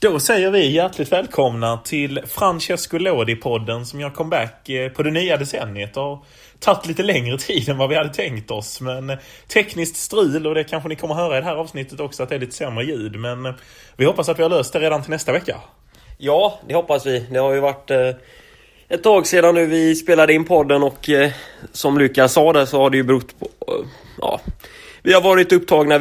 Då säger vi hjärtligt välkomna till Francesco Lodi-podden som gör comeback på det nya decenniet. Och tagit lite längre tid än vad vi hade tänkt oss. Men tekniskt strul, och det kanske ni kommer höra i det här avsnittet också, att det är lite sämre ljud. Men vi hoppas att vi har löst det redan till nästa vecka. Ja, det hoppas vi. Det har ju varit ett tag sedan nu vi spelade in podden, och som Lukas sa det så har det ju berott på... vi har varit upptagna,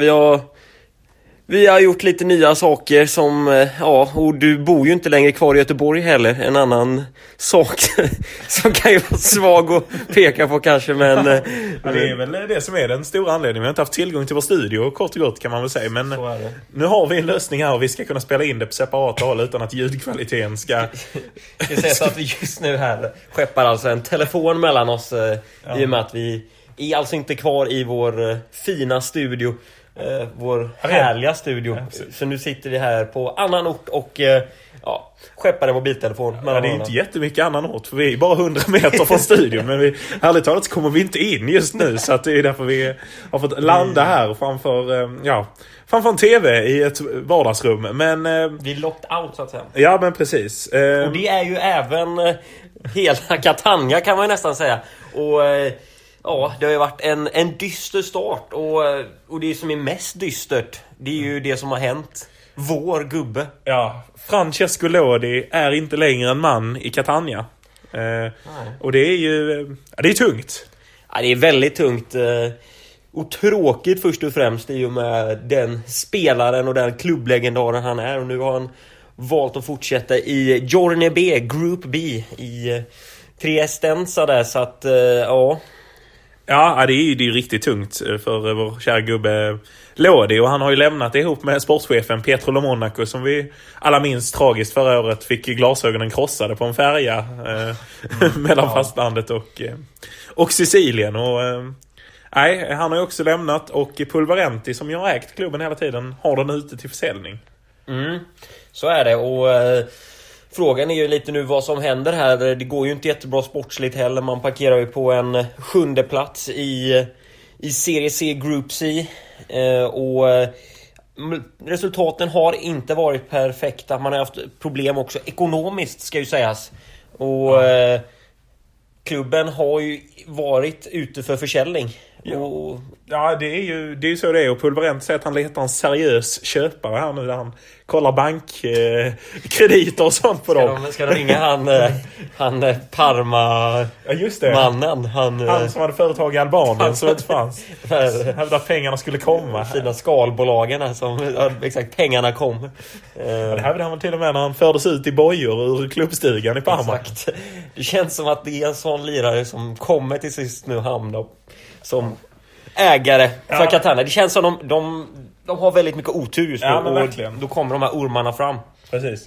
vi har gjort lite nya saker som, och du bor ju inte längre kvar i Göteborg heller. En annan sak som kan ju vara svag att peka på kanske, men... det är väl det som är den stora anledningen. Vi har inte haft tillgång till vår studio, kort och gott kan man väl säga. Men nu har vi en lösning här och vi ska kunna spela in det på separata håll utan att ljudkvaliteten ska... Jag ska säga så att vi just nu här skeppar alltså en telefon mellan oss i och med att vi är alltså inte kvar i vår fina studio. Vår härliga studio. Så nu sitter vi här på annan ort och skeppar en mobiltelefon. Det är inte jättemycket annan ort, för vi är bara 100 meter från studion. Men ärligt talat så kommer vi inte in just nu. Så att det är därför vi har fått landa här framför en tv i ett vardagsrum. Men vi är locked out så att säga. Ja, men precis. Och det är ju även hela Catania kan man nästan säga. Och det har ju varit en dyster start. Och det som är mest dystert, det är ju det som har hänt vår gubbe. Ja, Francesco Lodi är inte längre en man i Catania. Och det är ju... det är tungt. Ja, det är väldigt tungt. Och tråkigt först och främst i och med den spelaren och den klubblegendaren han är. Och nu har han valt att fortsätta i Giorne B, Group B i Triestenza där. Så att, Ja, det är ju riktigt tungt för vår kära gubbe Lodi. Och han har ju lämnat ihop med sportchefen Pietro Lomonaco, som vi alla minns tragiskt förra året fick glasögonen krossade på en färja mellan fastlandet och Sicilien. Och han har ju också lämnat, och Pulverenti som jag har ägt klubben hela tiden har den ute till försäljning. Så är det, och... Frågan är ju lite nu vad som händer här. Det går ju inte jättebra sportsligt heller. Man parkerar ju på en 7:e plats i Serie C Group C. Och resultaten har inte varit perfekta. Man har haft problem också ekonomiskt, ska ju sägas. Och klubben har ju varit ute för försäljning. Ja, det är ju så det är. Och Pulverent säger att han letar en seriös köpare här nu, där han kollar bankkrediter och sånt på dem. Ska de ringa han Parma, just det. mannen? Han som hade företag i Albanien som inte fanns. Där pengarna skulle komma. Fina skalbolagen som exakt pengarna kommer. Det här var han till och med när han fördes ut i bojor ur klubbstugan i Parma. Exakt. Det känns som att det är en sån lirare som kommer till sist nu hamna som ägare för Catania. Det känns som de har väldigt mycket otur just nu, och då kommer de här ormarna fram. Precis.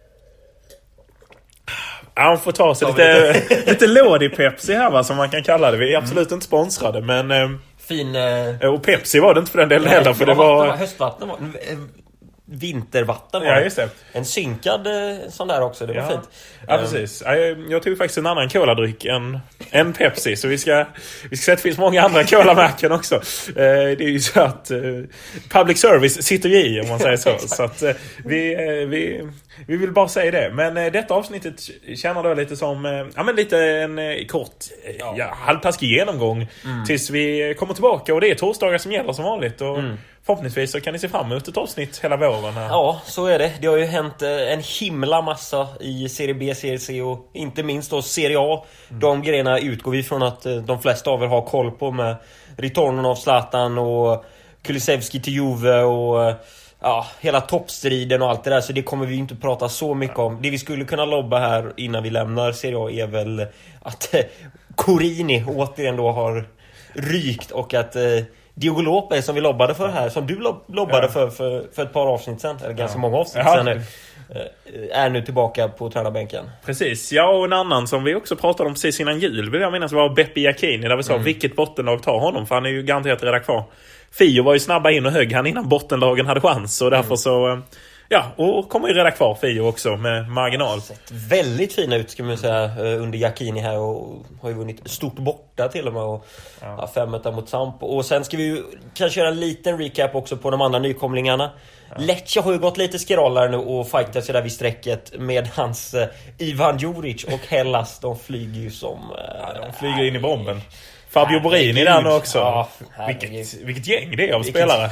Han får ta sig lite Lodi Pepsi här, va, som man kan kalla det. Vi är absolut inte sponsrade, men fin och Pepsi var det inte för den delen heller, för det var höstvatten, vintervatten var det. Ja, just det. En synkad sån där också, det var fint. Ja, precis. Jag tog faktiskt en annan coladryck än Pepsi, så vi ska se att det finns många andra colamärken också. Det är ju så att public service sitter ju i, om man säger så. Så att vi vill bara säga det. Men detta avsnittet känner då lite som lite en kort halvtaskig genomgång tills vi kommer tillbaka, och det är torsdagar som gäller som vanligt, och förhoppningsvis så kan ni se fram emot ett avsnitt hela våren här. Ja, så är det. Det har ju hänt en himla massa i Serie B, Serie C och inte minst då Serie A. De grejerna utgår vi från att de flesta av er har koll på, med retornen av Zlatan och Kulusevski till Juve och hela toppstriden och allt det där. Så det kommer vi inte prata så mycket om. Det vi skulle kunna lobba här innan vi lämnar Serie A är väl att Corini återigen då har rykt, och att Diogo Lopez som vi lobbade för här, som du lobbade för ett par avsnitt sen, eller ganska många avsnitt sen nu, är nu tillbaka på tränarbänken. Precis, och en annan som vi också pratade om precis innan jul, vill jag minnas, var Beppe Iacchini, där vi sa vilket bottenlag tar honom, för han är ju garanterat redan kvar. Fio var ju snabba in och högg han innan bottenlagen hade chans, och därför så Ja, och kommer ju rädda kvar Fio också med marginal. Sett väldigt fina ut ska man säga under Giacchini här och har ju vunnit stort borta till och med och 5-1 mot Samp. Och sen ska vi ju kanske göra en liten recap också på de andra nykomlingarna. Lecce har ju gått lite skrollare nu och fightat sig där vid strecket med hans Ivan Juric och Hellas. De flyger ju som... de flyger in i bomben. Fabio Borini där nu också. Ja, vilket gäng det är av spelare.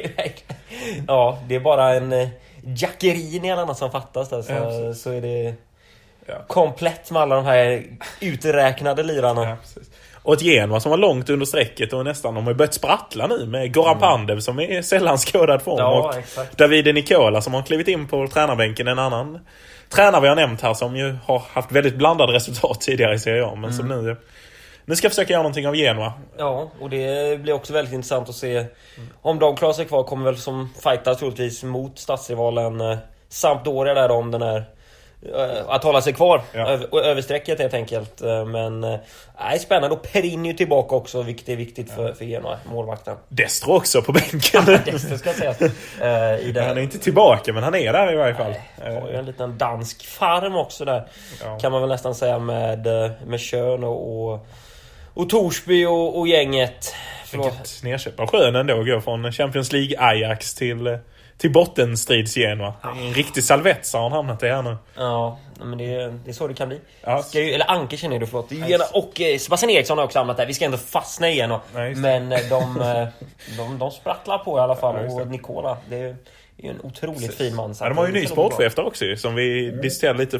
Ja, det är bara en Jackerini eller annat som fattas där. Så är det komplett med alla de här uträknade lirarna. Ja, och ett Genoa som var långt under strecket och nästan, de har ju börjat sprattla nu med Goran Pandev som är sällan skådad form och exakt. David Nicola som har klivit in på tränarbänken, en annan tränare vi har nämnt här som ju har haft väldigt blandade resultat tidigare i Serie A men som nu ska försöka göra någonting av Genoa. Ja, och det blir också väldigt intressant att se om de klarar sig kvar, kommer väl som fightar troligtvis mot stadsrivalen Sampdoria där om den här att hålla sig kvar översträcket helt enkelt. Men spännande. Och Perin är ju tillbaka också, vilket är viktigt för Genoa, målvakten. Destro också på bänken. Destro ska jag säga. Han är inte tillbaka, men han är där i varje fall. Har ju en liten dansk farm också där. Kan man väl nästan säga med Schön och Torsby och gänget. Vilket nedköp av skön ändå går från Champions League Ajax till bottenstrids Genoa. En riktig salvets har han hamnat i här nu. Ja, men det är så det kan bli. Ja. Eller Anke känner du, förlåt. Och Sebastian Eriksson har också hamnat där. Vi ska ändå fastna i Genoa. Men de sprattlar på i alla fall. Och Nicola, det är ju en otroligt fin man. De har ju en ny sportchef där också, som vi diskuterade lite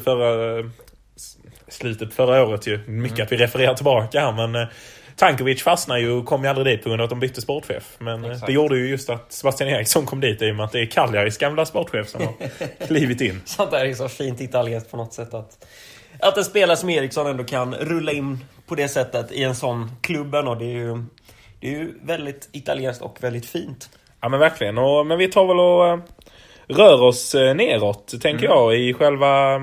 slutet förra året ju. Mycket att vi refererar tillbaka här, men Tankovic fastnade ju och kom ju aldrig dit på grund av att de bytte sportchef. Men det gjorde ju just att Sebastian Eriksson kom dit i och med att det är Cagliaris gamla sportchef som har klivit in. Sånt där är så fint italienskt på något sätt att en spelare som Eriksson ändå kan rulla in på det sättet i en sån klubben, och det är ju väldigt italienskt och väldigt fint. Ja men verkligen, men vi tar väl och rör oss neråt tänker jag i själva...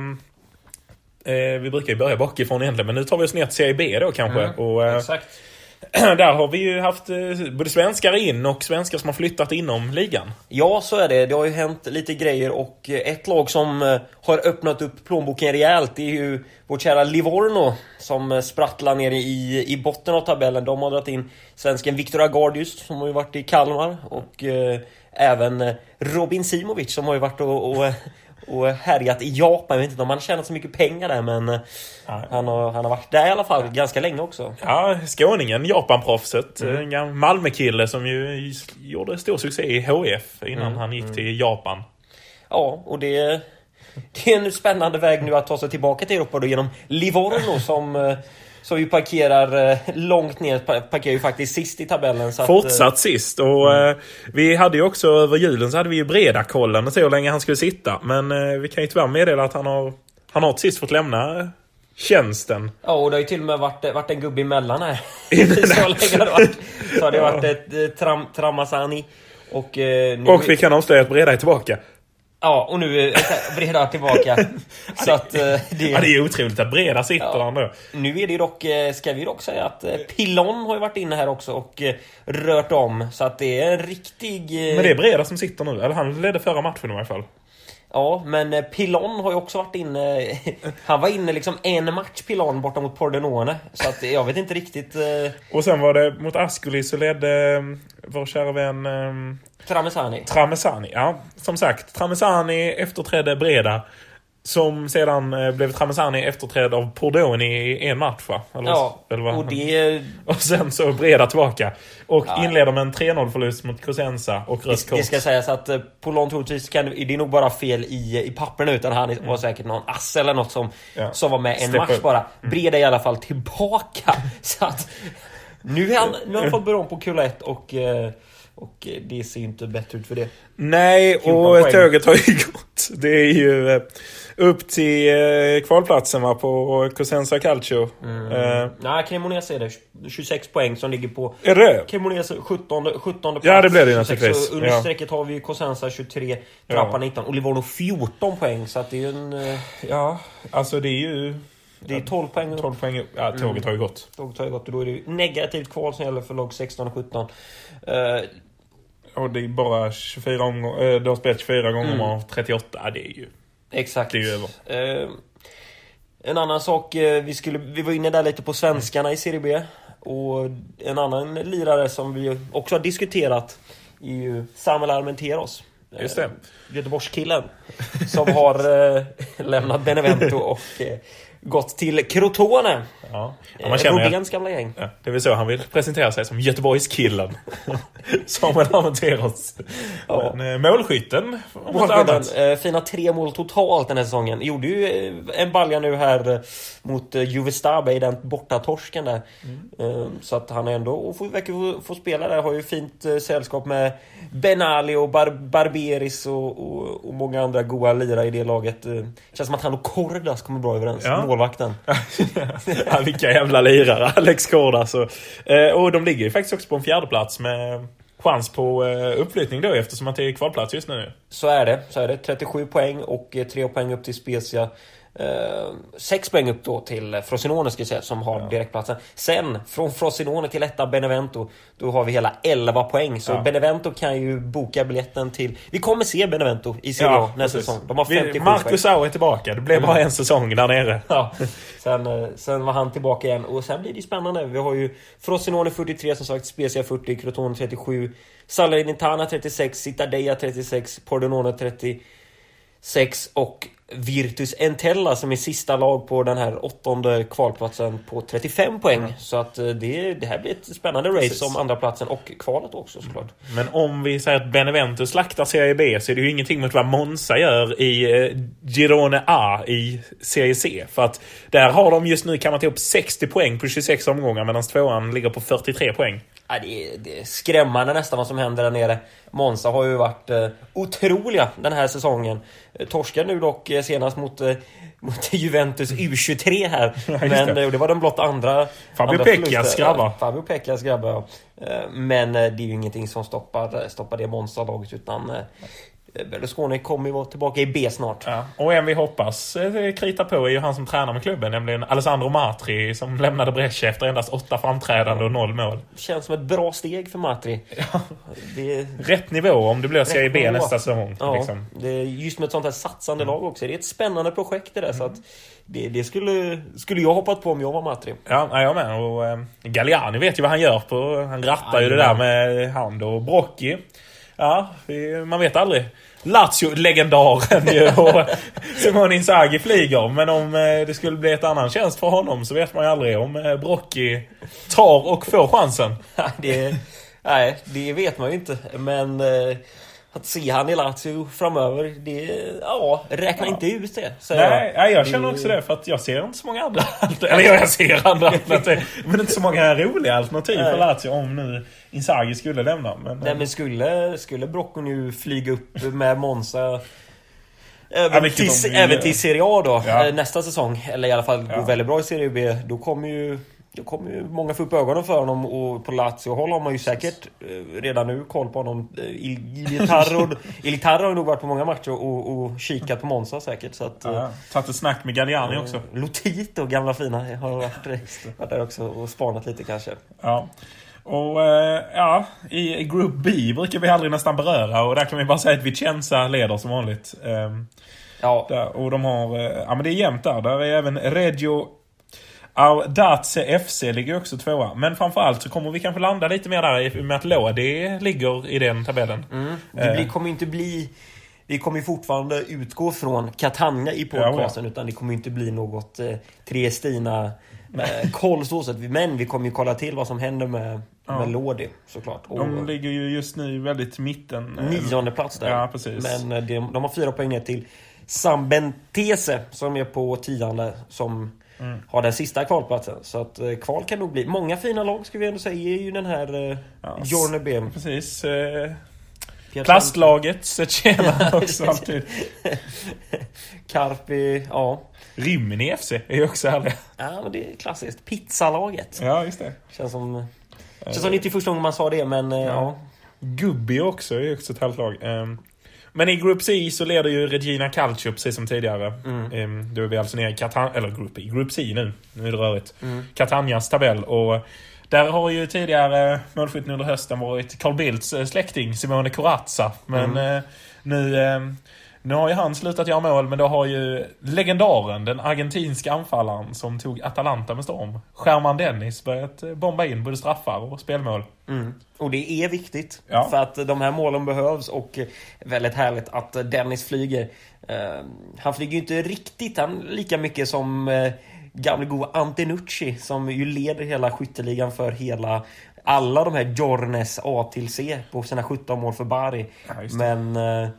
vi brukar ju börja bakifrån egentligen, men nu tar vi oss ner till Serie B då kanske. Och, exakt. Där har vi ju haft både svenskar in och svenskar som har flyttat inom ligan. Ja, så är det. Det har ju hänt lite grejer, och ett lag som har öppnat upp plånboken rejält, det är ju vårt kära Livorno som sprattlar ner i botten av tabellen. De har dragit in svensken Viktor Agardius som har ju varit i Kalmar, och även Robin Simovic som har ju varit och härjat i Japan. Jag vet inte om han har tjänat så mycket pengar där, men han har varit där i alla fall ganska länge också. Ja, skåningen, Japan-proffset. En Malmö-kille som ju gjorde stor succé i HF innan han gick till Japan. Ja, och det är en spännande väg nu att ta sig tillbaka till Europa då, genom Livorno som ju parkerar långt ner, parkerar ju faktiskt sist i tabellen. Så fortsatt sist. Och vi hade ju också över julen så hade vi ju Breda-kollen och så hur länge han skulle sitta. Men vi kan ju tyvärr meddela att han har till sist fått lämna tjänsten. Ja, och det har ju till och med varit en gubbe emellan här. Så har det varit ett Tramasani. Och vi kan avslöja att Breda är tillbaka. Ja, och nu är Breda tillbaka. Så att det är otroligt att Breda sitter där nu. Nu är det dock, ska vi dock säga att Pilon har ju varit inne här också och rört om. Så att det är en riktig... Men det är Breda som sitter nu, eller han ledde förra matchen i alla fall. Ja, men Pilon har ju också varit inne. Han var inne liksom en match Pilon borta mot Pordenone. Så att jag vet inte riktigt. Och sen var det mot Ascoli så ledde vår kära vän Tramezzani, ja. Som sagt, Tramezzani efterträdde Breda, som sedan blev Tramezzani efterträdd av Pordenone i en match, va? Och sen så Breda tillbaka. Och inleder med en 3-0-förlust mot Cosenza och rött kort. Det ska sägas att Polon troligtvis det är nog bara fel i papperna, utan han var säkert någon ass eller något som var med en match bara. Breda i alla fall tillbaka. Så att nu har han fått beröm på kula 1 och det ser ju inte bättre ut för det. Nej, och tåget har ju gått. Det är ju upp till kvalplatsen va, på Cosenza Calcio. Nej, Cremonese är det 26 poäng som ligger på. Är det? Cremonese 17 plats. Ja, det blev det naturligtvis. Under strecket har vi Cosenza 23, Trappa 19 och Livorno 14 poäng. Så att det är en... Ja, alltså det är ju... Det är 12 poäng. 12 poäng. Ja, tåget har ju gått. Tåget har ju gått och då är det ju negativt kval som gäller för lag 16 och 17. Och det är bara 24 omgångar. Du har spelat 24 gånger av 38. Det är ju... Exakt. Det är ju över. En ann sak, vi var inne där lite på svenskarna i Serie B. Och en annan lirare som vi också har diskuterat är ju Samuel Armenteros. Just det. Göteborgskillen som har lämnat Benevento och gått till Crotone. Ja. Man känner Rodéns gamla gäng. Ja, det vill så han vill presentera sig som Göteborgskillen. Samuel Armenteros. Ja. Men målskytten. Fina 3 mål totalt den här säsongen. Gjorde ju en balja nu här mot Juve Stabia i den borta torsken där. Så att han ändå och får spela där. Har ju fint sällskap med Benali och Barberis och många andra goda lirare i det laget. Känns som att han och Kordas kommer bra överens. Ja. Målvakten. Ja, vilka jävla lirare, Alex Kordas. Och de ligger ju faktiskt också på en 4:e plats med chans på uppflyttning då, eftersom att det är kvalplats just nu. Så är det. 37 poäng och 3 poäng upp till Spezia. 6 poäng upp då till Frosinone ska jag säga, som har direktplatsen. Sen från Frosinone till etta Benevento, då har vi hela 11 poäng. Så Benevento kan ju boka biljetten till... Vi kommer se Benevento i Serie A nästa säsong. De har 57 Marcus Au är tillbaka. Det blev bara en säsong där nere. Ja. Sen var han tillbaka igen. Och sen blir det spännande. Vi har ju Frosinone 43 som sagt, Spezia 40, Crotone 37, Salernitana 36, Cittadella 36, Pordenone 36 och Virtus Entella som är sista lag på den här 8:e kvalplatsen på 35 poäng. Så att det här blir ett spännande race om andra platsen och kvalet också såklart. Men om vi säger att Benevento slaktar Serie B, så är det ju ingenting mot vad Monza gör i Girone A i Serie C. För att där har de just nu kammat ihop 60 poäng på 26 omgångar, medan tvåan ligger på 43 poäng. Ja, det är skrämmande nästan vad som händer där nere. Monza har ju varit otroliga den här säsongen. Torskar nu dock senast mot Juventus U23 här. Men det var den blott andra Fabio Pecchias grabbar. Fabio Pecchias grabbar, ja. Men det är ju ingenting som stoppar det Monza-laget, utan Berlusconi kommer ju vara tillbaka i B snart. Ja. Och en vi hoppas krita på är ju han som tränar med klubben, nämligen Alessandro Matri, som lämnade Brescia efter endast 8 framträdande och 0 mål. Känns som ett bra steg för Matri. Ja. Rätt nivå om det blir Serie B nästa säsong. Ja, liksom. Det är just med ett sånt här satsande lag också. Det är ett spännande projekt det där, så att det skulle jag hoppat på om jag var Matri. Ja, jag med. Och Galliani vet ju vad han gör på. Han rattar ju det där med hand och Brocchi. Ja, man vet aldrig. Lazio-legendaren ju, och Simone Inzaghi flyger. Men om det skulle bli ett annan tjänst för honom, så vet man ju aldrig om Brocchi tar och får chansen. Nej, det vet man ju inte. Men att se han i Lazio framöver, räkna inte ut det. Nej, jag känner också det, för att jag ser inte så många andra eller jag ser andra alternativ, men inte så många roliga alternativ för Lazio om nu Inzaghi skulle lämna. Men skulle Brocco nu flyga upp med Monza även till Serie A då nästa säsong, eller i alla fall gå väldigt bra i Serie B, då kommer ju många få upp ögonen för honom, och på Lazio-håll har man ju säkert redan nu koll på honom. Ilitarro har nog varit på många matcher och kikat på Monza säkert. Så att, tagit ett snack med Galliani också. Lotito, gamla fina, har varit där också och spanat lite kanske. Ja. Och i Group B brukar vi aldrig nästan beröra, och där kan vi bara säga att Vicenza leder som vanligt. Där, och de har, men det är jämnt där. Där är även Reggio Audace FC ligger också 2. Men framförallt så kommer vi kanske landa lite mer där med att Lodi ligger i den tabellen. Vi kommer ju fortfarande utgå från Catania i podcasten, utan det kommer inte bli något Triestina koll så sätt. Men vi kommer ju kolla till vad som händer med Lodi såklart. De ligger ju just nu väldigt mitten. 9:e plats där. Ja, precis. Men de har 4 poäng ner till Sambentese som är på 10:e, som har den sista kvalplatsen. Så att kval kan nog bli många fina lag, ska vi ändå säga, är ju den här Girone B. Precis. Plastlaget Cecena också alltid. Carpi, Rimini FC är ju också härligt. Ja, men det är klassiskt. Pizzalaget. Ja, just det. Känns som inte första gången man sa det, men Gubbi också är ju också ett halvt lag. Men i Group C så leder ju Regina Calcio precis som tidigare. Då är vi alltså nere i Group C nu är det rörigt. Catanias tabell, och Där har ju tidigare målskytten under hösten varit Carl Bildts släkting Simone Corazza. Men nu har ju han slutat göra mål, men då har ju legendaren, den argentinska anfallaren som tog Atalanta med storm, Germán Dennis, börjat bomba in både straffar och spelmål. Och det är viktigt, för att de här målen behövs, och väldigt härligt att Dennis flyger. Han flyger ju inte riktigt lika mycket som gamle gode Antenucci, som ju leder hela skytteligan för alla de här Jornes A till C på sina 17 mål för Bari. Men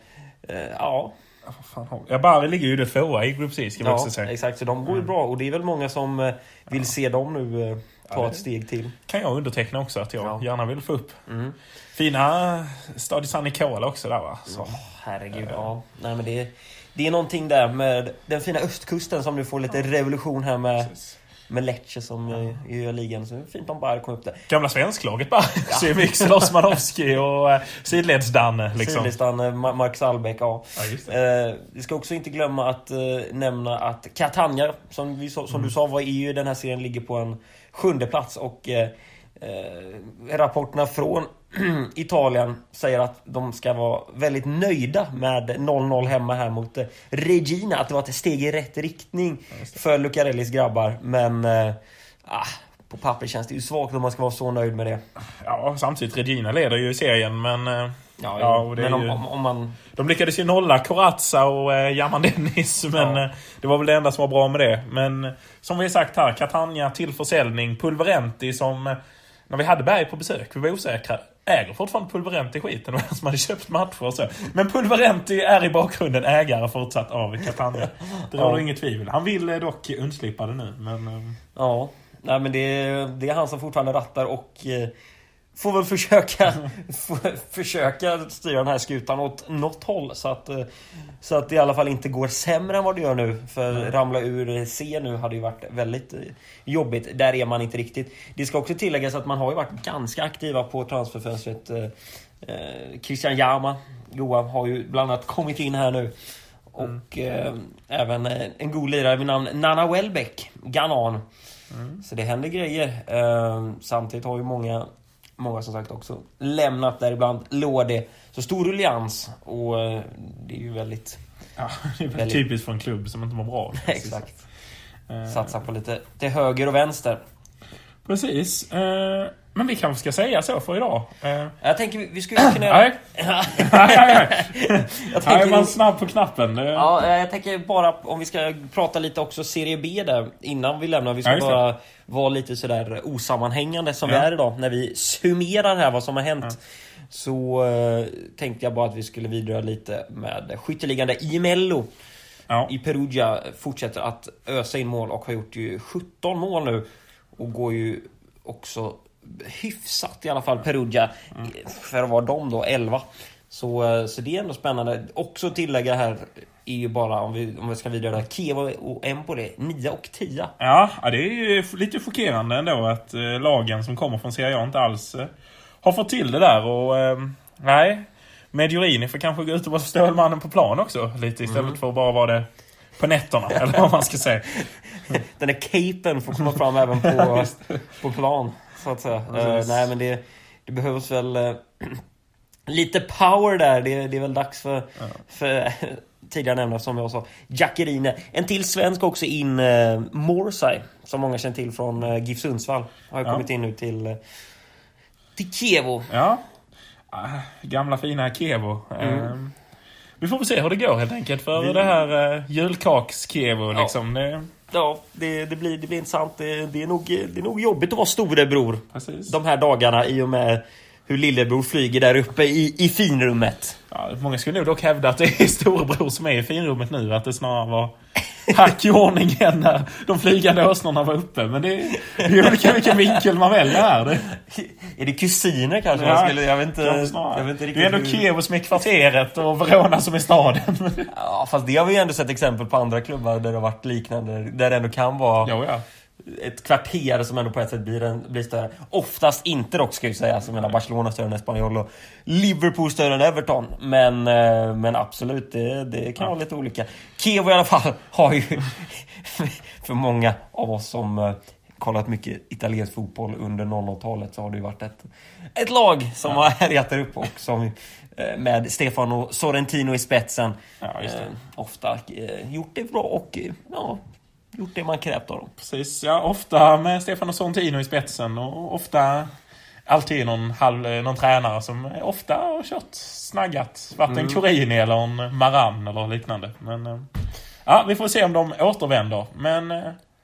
Bari ligger ju det tvåa i Group C, ska man också säga. Exakt, så de går ju bra, och det är väl många som vill se dem nu ta ett steg till. Kan jag underteckna också, att jag gärna vill få upp. Fina Stadio San Nicola också där, va? Så. Herregud, Nej, men det är någonting där med den fina östkusten som nu får lite revolution här med Lecce som gör ligan. Så det är fint om Bari kom upp där. Gamla svensklaget bara. Symix, Losmanowski och Sidledsdanne. Liksom. Sidledsdanne, Mark Salbeck, vi ska också inte glömma att nämna att Catania, som du sa, var ju den här serien ligger på en 7:e plats, och rapporterna från Italien säger att de ska vara väldigt nöjda med 0-0 hemma här mot Regina, att det var ett steg i rätt riktning för Lucarellis grabbar, men på papper känns det ju svagt om man ska vara så nöjd med det. Ja, samtidigt Regina leder ju serien, men och det men är om man... De lyckades ju nolla Corazza och Germán Dennis, men det var väl det enda som var bra med det. Men som vi har sagt här, Catania till försäljning, Pulverenti, som när vi hade Berg på besök, vi var osäkra, äger fortfarande Pulverenti skiten, och som hade köpt matcher och så. Men Pulverenti är i bakgrunden ägare fortsatt av Catania. Det råder inget tvivel. Han vill dock undslippa det nu, men... Nej, men det är han som fortfarande rattar, och får väl försöka styra den här skutan åt något håll, så att det i alla fall inte går sämre än vad det gör nu. För ramla ur C nu hade ju varit väldigt jobbigt. Där är man inte riktigt. Det ska också tilläggas att man har ju varit ganska aktiva på transferfönstret. Christian Johan har ju bland annat kommit in här nu. Och även en god lirare vid namn Nana Welbeck, Ganan. Så det händer grejer. Samtidigt har ju många som sagt också lämnat, där ibland Lorde. Så stor ruljans, och det är ju väldigt... Ja, det är väldigt typiskt för en klubb som inte mår bra. Exakt. Satsa på lite till höger och vänster. Precis. Men vi kanske ska säga så för idag. Jag tänker vi skulle kunna göra... Nej, är man snabb på knappen. Jag tänker bara om vi ska prata lite också Serie B där innan vi lämnar. Vi ska bara vara lite sådär osammanhängande som vi är idag. När vi summerar här vad som har hänt. Så tänkte jag bara att vi skulle vidröra lite med skytteligande Imello. I Perugia fortsätter att ösa in mål och har gjort ju 17 mål nu. Och går ju också hyfsat i alla fall Perugia för att vara de då 11. Så det är ändå spännande. Också tillägga här är ju bara om vi ska vidare Chievo och Empoli 9 och 10. Ja, det är ju lite chockerande ändå att lagen som kommer från Serie A inte alls har fått till det där. Och Mediorini får kanske gå ut och vara stålmannen på plan också lite istället för att bara vara det på nätterna, eller vad man ska säga. Den där capen får komma fram även på plan, så att säga. Nej, men det behövs väl lite power där. Det är väl dags för tidigare nämnda, som jag sa, Jacqueline. En till svensk också in, Morsay, som många känner till från GIF Sundsvall. Har ju kommit in nu till Chievo. Ja, gamla fina Chievo. Vi får väl se hur det går helt enkelt för det här julkaks-Chievo liksom. Ja, det blir intressant. Det är nog jobbigt att vara storebror. Precis. De här dagarna, i och med hur lillebror flyger där uppe i finrummet. Ja, många skulle nog dock hävda att det är storebror som är i finrummet nu, att det snarare var hack i ordningen när de flygande åsnorna var uppe. Men det är olika vilken vinkel man väljer här. Är det kusiner kanske? Jag vet inte riktigt. Det är ändå Chievo som är kvarteret och Verona som är staden. Ja, fast det har vi ändå sett exempel på andra klubbar där det har varit liknande. Där det ändå kan vara ett kvarter som ändå på ett sätt blir större. Oftast inte dock, ska jag säga. Som menar Barcelona större än Espanyol och Liverpool större än Everton. Men absolut, det kan vara lite olika. Chievo i alla fall har ju för många av oss som kollat mycket italiensk fotboll under 00-talet så har det ju varit ett lag som har härjat där upp och som med Stefano Sorrentino i spetsen ofta gjort det bra och gjort det man krävt av dem. Precis, ja, ofta med Stefano Sorrentino i spetsen och ofta alltid någon tränare som ofta har kört snaggat. Varit en Corini eller en Maran eller liknande. Men vi får se om de återvänder. Men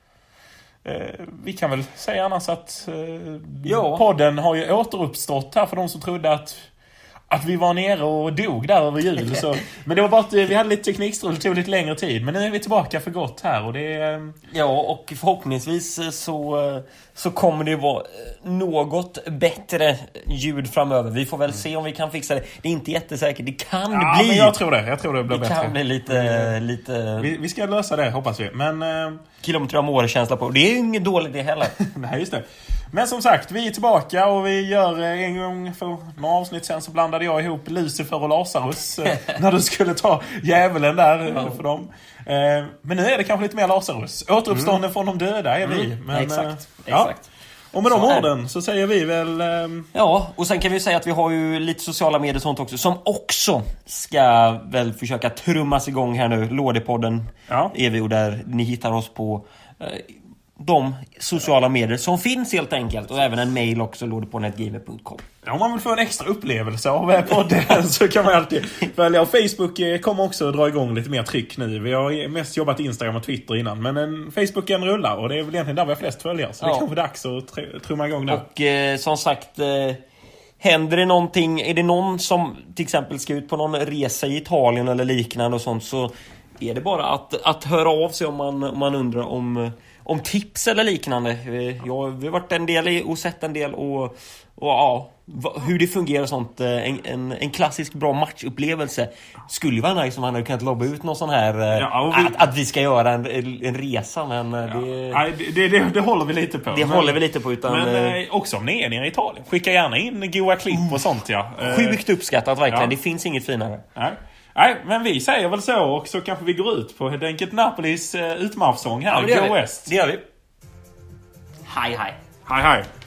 vi kan väl säga annars att podden har ju återuppstått här för de som trodde att vi var nere och dog där över jul. Så, men det var bara att vi hade lite teknikstrul, det tog lite längre tid. Men nu är vi tillbaka för gott här. Och det Ja, och förhoppningsvis så kommer det vara något bättre ljud framöver. Vi får väl se om vi kan fixa det. Det är inte jättesäkert. Det kan bli... men jag tror det blir bättre. Det kan bli lite... Vi ska lösa det, hoppas vi. Men... kilometer om året känsla på. Det är ju ingen dålig det heller. Nej, just det. Men som sagt, vi är tillbaka och vi gör en gång för några avsnitt sen så blandade jag ihop Lucifer och Lazarus när du skulle ta djävulen där för dem. Men nu är det kanske lite mer Lazarus. Återuppstånden från de döda är vi. Men, exakt. Och med de orden så säger vi väl... Ja, och sen kan vi säga att vi har ju lite sociala medier och sånt också som också ska väl försöka trummas igång här nu. Lådepodden är vi och där ni hittar oss på de sociala medier som finns helt enkelt. Och även en mail också, lådepodden@gmail.com. Om man vill få en extra upplevelse av podden så kan man alltid välja. Facebook kommer också dra igång lite mer tryck nu. Vi har mest jobbat Instagram och Twitter innan. Men Facebooken rullar och det är väl egentligen där vi har flest följare. Så det är kanske dags att trumma igång där. Och som sagt, händer det någonting, är det någon som till exempel ska ut på någon resa i Italien eller liknande och sånt, så är det bara att höra av sig om man undrar om tips eller liknande. Vi har varit en del och sett en del och hur det fungerar och sånt. En klassisk bra matchupplevelse skulle ju vara nice om man hade kunnat lobba ut någon sån här att vi ska göra en resa, men det håller vi lite på. Håller vi lite på men också om ni är nere i Italien, skicka gärna in goa klipp och sånt. Sjukt uppskattat verkligen. Det finns inget finare. Nej, men vi säger väl så, och så kanske vi går ut på helt enkelt Napolis utmarschsång här. Go West. Det gör vi. Hej. Hej.